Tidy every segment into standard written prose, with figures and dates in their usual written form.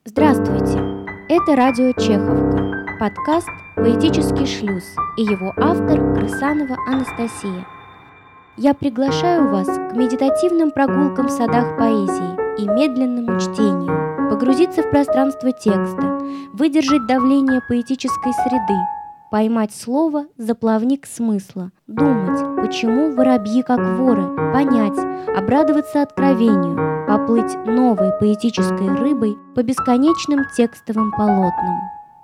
Здравствуйте! Это радио «Чеховка», подкаст «Поэтический шлюз» и его автор Крысанова Анастасия. Я приглашаю вас к медитативным прогулкам в садах поэзии и медленному чтению, погрузиться в пространство текста, выдержать давление поэтической среды, поймать слово за плавник смысла, думать, почему воробьи как воры, понять, обрадоваться откровению, поплыть новой поэтической рыбой по бесконечным текстовым полотнам.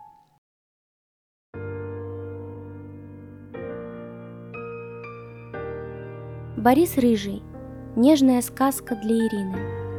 Борис Рыжий. Нежная сказка для Ирины.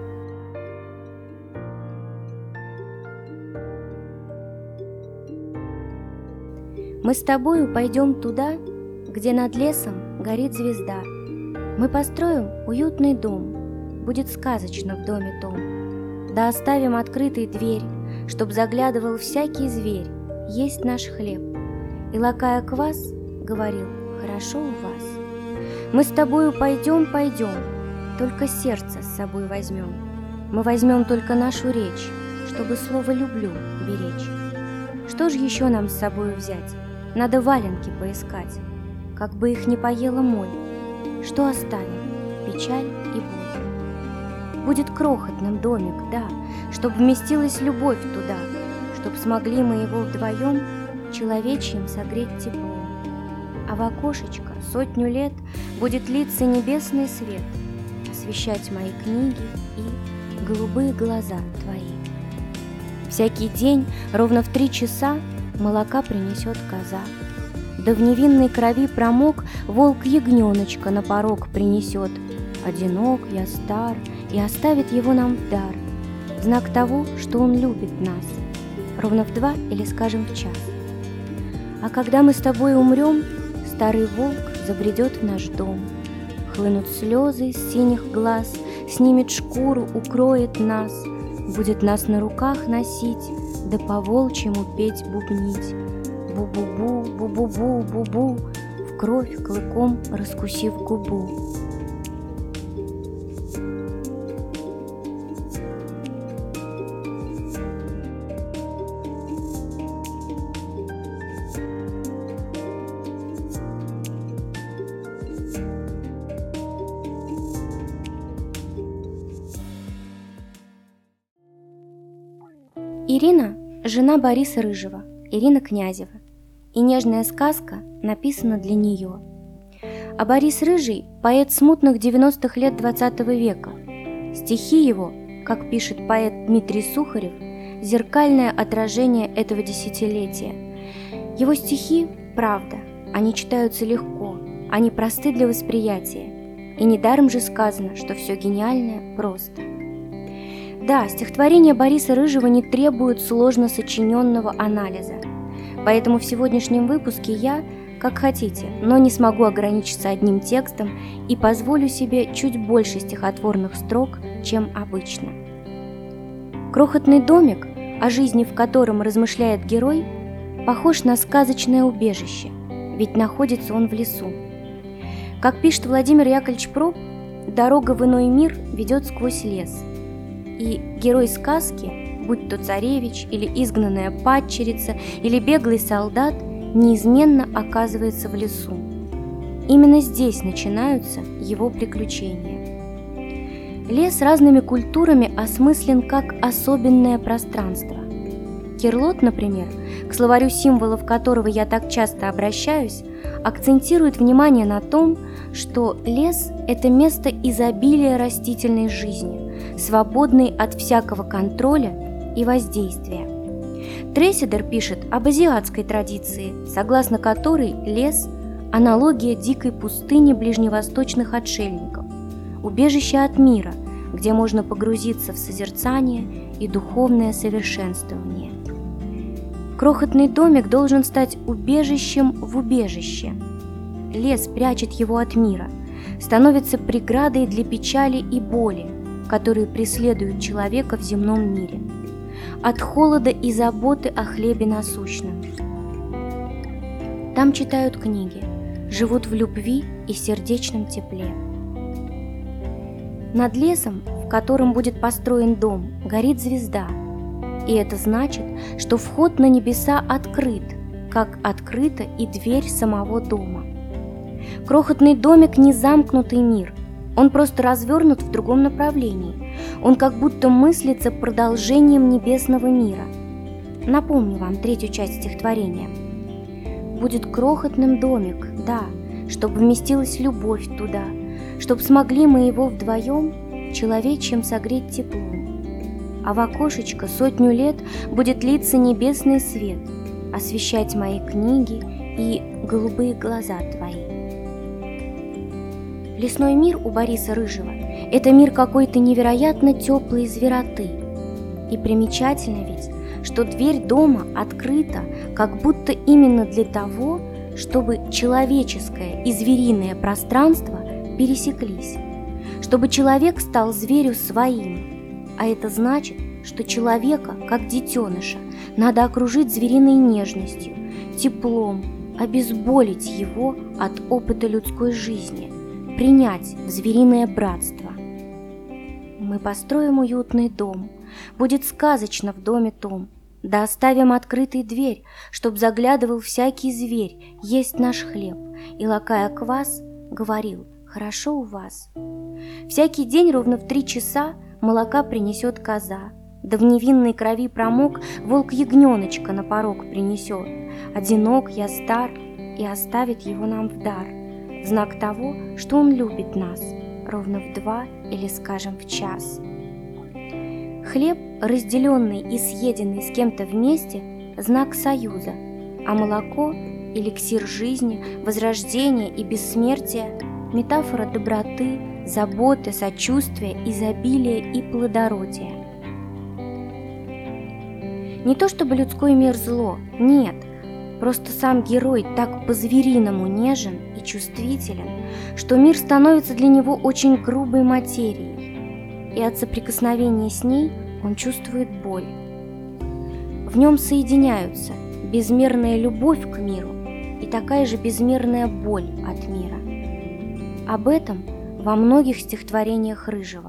Мы с тобою пойдем туда, где над лесом горит звезда. Мы построим уютный дом, будет сказочно в доме том. Да оставим открытой дверь, чтоб заглядывал всякий зверь. Есть наш хлеб. И, лакая квас, говорил: хорошо у вас. Мы с тобою пойдем, только сердце с собой возьмем. Мы возьмем только нашу речь, чтобы слово «люблю» беречь. Что ж еще нам с собою взять? Надо валенки поискать, как бы их не поела моль. Что оставим? Печаль и боль. Будет крохотным домик, да, чтоб вместилась любовь туда, чтоб смогли мы его вдвоем человечьим согреть теплом. А в окошечко 100 лет будет литься небесный свет, освещать мои книги и голубые глаза твои. Всякий день ровно в 3 часа молока принесет коза. Да в невинной крови промок волк ягненочка на порог принесет. Одинок я стар, и оставит его нам в дар, знак того, что он любит нас, ровно в 2 или, скажем, в час. А когда мы с тобой умрем, старый волк забредет в наш дом, хлынут слезы из синих глаз, снимет шкуру, укроет нас, будет нас на руках носить, да по-волчьему петь, бубнить. Бу-бу-бу, бу-бу-бу, бу-бу, в кровь клыком раскусив губу. Ирина – жена Бориса Рыжего, Ирина Князева, и нежная сказка написана для нее. А Борис Рыжий – поэт смутных 90-х лет 20 века. Стихи его, как пишет поэт Дмитрий Сухарев, зеркальное отражение этого десятилетия. Его стихи – правда, они читаются легко, они просты для восприятия, и недаром же сказано, что все гениальное просто. Да, стихотворения Бориса Рыжего не требуют сложно сочиненного анализа, поэтому в сегодняшнем выпуске я, как хотите, но не смогу ограничиться одним текстом и позволю себе чуть больше стихотворных строк, чем обычно. Крохотный домик, о жизни в котором размышляет герой, похож на сказочное убежище, ведь находится он в лесу. Как пишет Владимир Яковлевич Проб, дорога в иной мир ведет сквозь лес. И герой сказки, будь то царевич или изгнанная падчерица или беглый солдат, неизменно оказывается в лесу. Именно здесь начинаются его приключения. Лес разными культурами осмыслен как особенное пространство. Кирлот, например, к словарю символов которого я так часто обращаюсь, акцентирует внимание на том, что лес – это место изобилия растительной жизни, свободной от всякого контроля и воздействия. Тресседер пишет об азиатской традиции, согласно которой лес – аналогия дикой пустыни ближневосточных отшельников, убежище от мира, где можно погрузиться в созерцание и духовное совершенствование. Крохотный домик должен стать убежищем в убежище. Лес прячет его от мира, становится преградой для печали и боли, которые преследуют человека в земном мире, от холода и заботы о хлебе насущном. Там читают книги, живут в любви и сердечном тепле. Над лесом, в котором будет построен дом, горит звезда. И это значит, что вход на небеса открыт, как открыта и дверь самого дома. Крохотный домик – не замкнутый мир, он просто развернут в другом направлении, он как будто мыслится продолжением небесного мира. Напомню вам третью часть стихотворения. «Будет крохотным домик, да, чтобы вместилась любовь туда, чтоб смогли мы его вдвоем человечьим согреть теплом. А в окошечко 100 лет будет литься небесный свет, освещать мои книги и голубые глаза твои». Лесной мир у Бориса Рыжего – это мир какой-то невероятно теплой звероты. И примечательно ведь, что дверь дома открыта как будто именно для того, чтобы человеческое и звериное пространство пересеклись, чтобы человек стал зверю своим. А это значит, что человека, как детеныша, надо окружить звериной нежностью, теплом, обезболить его от опыта людской жизни, принять в звериное братство. Мы построим уютный дом, будет сказочно в доме том, да оставим открытой дверь, чтоб заглядывал всякий зверь, есть наш хлеб, и, лакая квас, говорил: хорошо у вас. Всякий день ровно в 3 часа молока принесет коза, да в невинной крови промок волк ягненочка на порог принесет. Одинок я стар, и оставит его нам в дар, в знак того, что он любит нас, ровно в 2 или, скажем, в час. Хлеб, разделенный и съеденный с кем-то вместе, знак союза, а молоко – эликсир жизни, возрождения и бессмертия, метафора доброты, заботы, сочувствия, изобилия и плодородия. Не то чтобы людской мир зло, нет, просто сам герой так по-звериному нежен и чувствителен, что мир становится для него очень грубой материей, и от соприкосновения с ней он чувствует боль. В нем соединяются безмерная любовь к миру и такая же безмерная боль от мира. Об этом во многих стихотворениях Рыжего.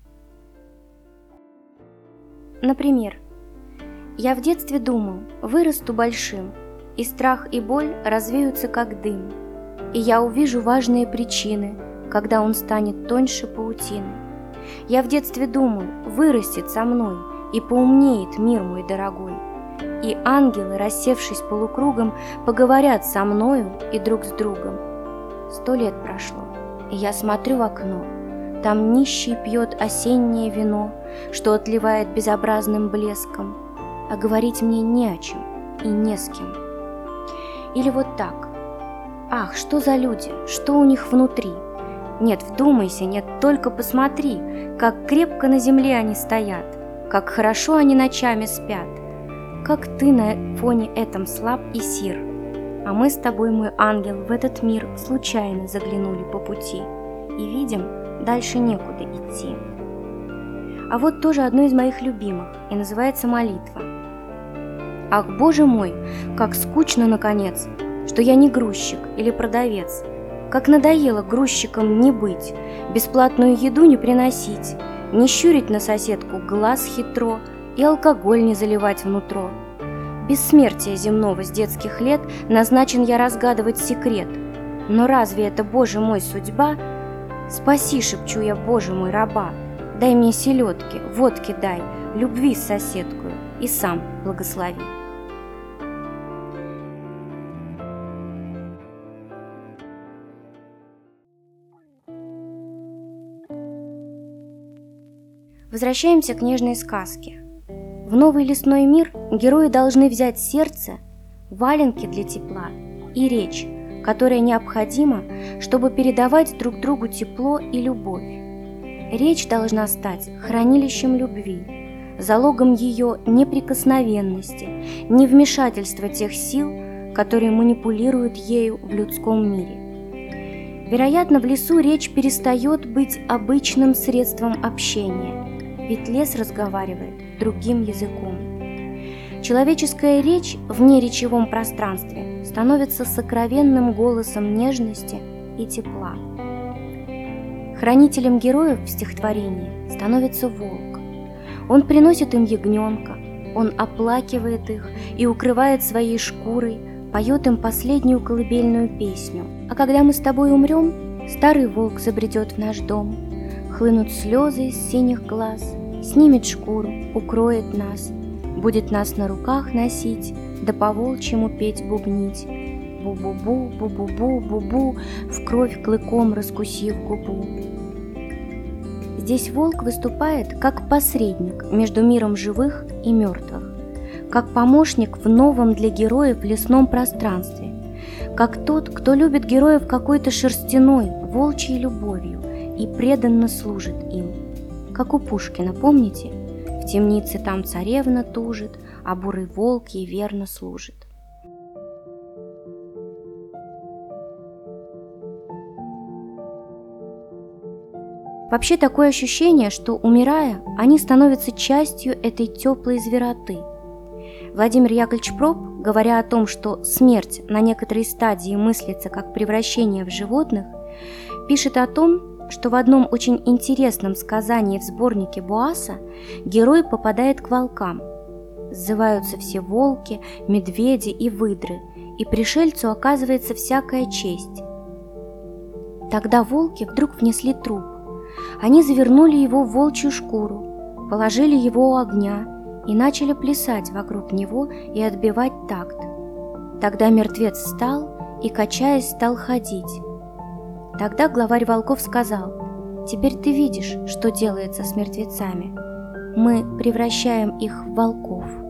Например, «Я в детстве думал, вырасту большим, и страх и боль развеются как дым, и я увижу важные причины, когда он станет тоньше паутины. Я в детстве думал, вырастет со мной и поумнеет мир мой дорогой, и ангелы, рассевшись полукругом, поговорят со мною и друг с другом. 100 лет прошло, и я смотрю в окно, там нищий пьет осеннее вино, что отливает безобразным блеском, а говорить мне не о чем и не с кем». Или вот так: «Ах, что за люди, что у них внутри? Нет, вдумайся, нет, только посмотри, как крепко на земле они стоят, как хорошо они ночами спят, как ты на фоне этом слаб и сир. А мы с тобой, мой ангел, в этот мир случайно заглянули по пути и видим, дальше некуда идти». А вот тоже одно из моих любимых, и называется «Молитва». «Ах, Боже мой, как скучно, наконец, что я не грузчик или продавец, как надоело грузчикам не быть, бесплатную еду не приносить, не щурить на соседку глаз хитро и алкоголь не заливать внутрь. Бессмертия земного с детских лет назначен я разгадывать секрет. Но разве это, Боже мой, судьба? Спаси, шепчу я, Боже мой, раба, дай мне селедки, водки дай, любви с соседкою и сам благослови». Возвращаемся к нежной сказке. В новый лесной мир герои должны взять сердце, валенки для тепла и речь, которая необходима, чтобы передавать друг другу тепло и любовь. Речь должна стать хранилищем любви, залогом ее неприкосновенности, невмешательства тех сил, которые манипулируют ею в людском мире. Вероятно, в лесу речь перестает быть обычным средством общения, ведь лес разговаривает другим языком. Человеческая речь в неречевом пространстве становится сокровенным голосом нежности и тепла. Хранителем героев в стихотворении становится волк. Он приносит им ягненка, Он оплакивает их и укрывает своей шкурой, поет им последнюю колыбельную песню. А когда мы с тобой умрем, старый волк забредет в наш дом, хлынут слезы из синих глаз, снимет шкуру, укроет нас, будет нас на руках носить, да по-волчьему петь бубнить. Бу-бу-бу, бу-бу-бу, бу-бу, в кровь клыком раскусив губу. Здесь волк выступает как посредник между миром живых и мертвых, как помощник в новом для героев лесном пространстве, как тот, кто любит героев какой-то шерстяной, волчьей любовью и преданно служит им. Как у Пушкина, помните? В темнице там царевна тужит, а бурый волк ей верно служит. Вообще такое ощущение, что, умирая, они становятся частью этой теплой звероты. Владимир Яковлевич Проб, говоря о том, что смерть на некоторой стадии мыслится как превращение в животных, пишет о том, что в одном очень интересном сказании в сборнике Буаса герой попадает к волкам. Сзываются все волки, медведи и выдры, и пришельцу оказывается всякая честь. Тогда волки вдруг внесли труп. Они завернули его в волчью шкуру, положили его у огня и начали плясать вокруг него и отбивать такт. Тогда мертвец встал и, качаясь, стал ходить. Тогда главарь волков сказал: «Теперь ты видишь, что делается с мертвецами. Мы превращаем их в волков».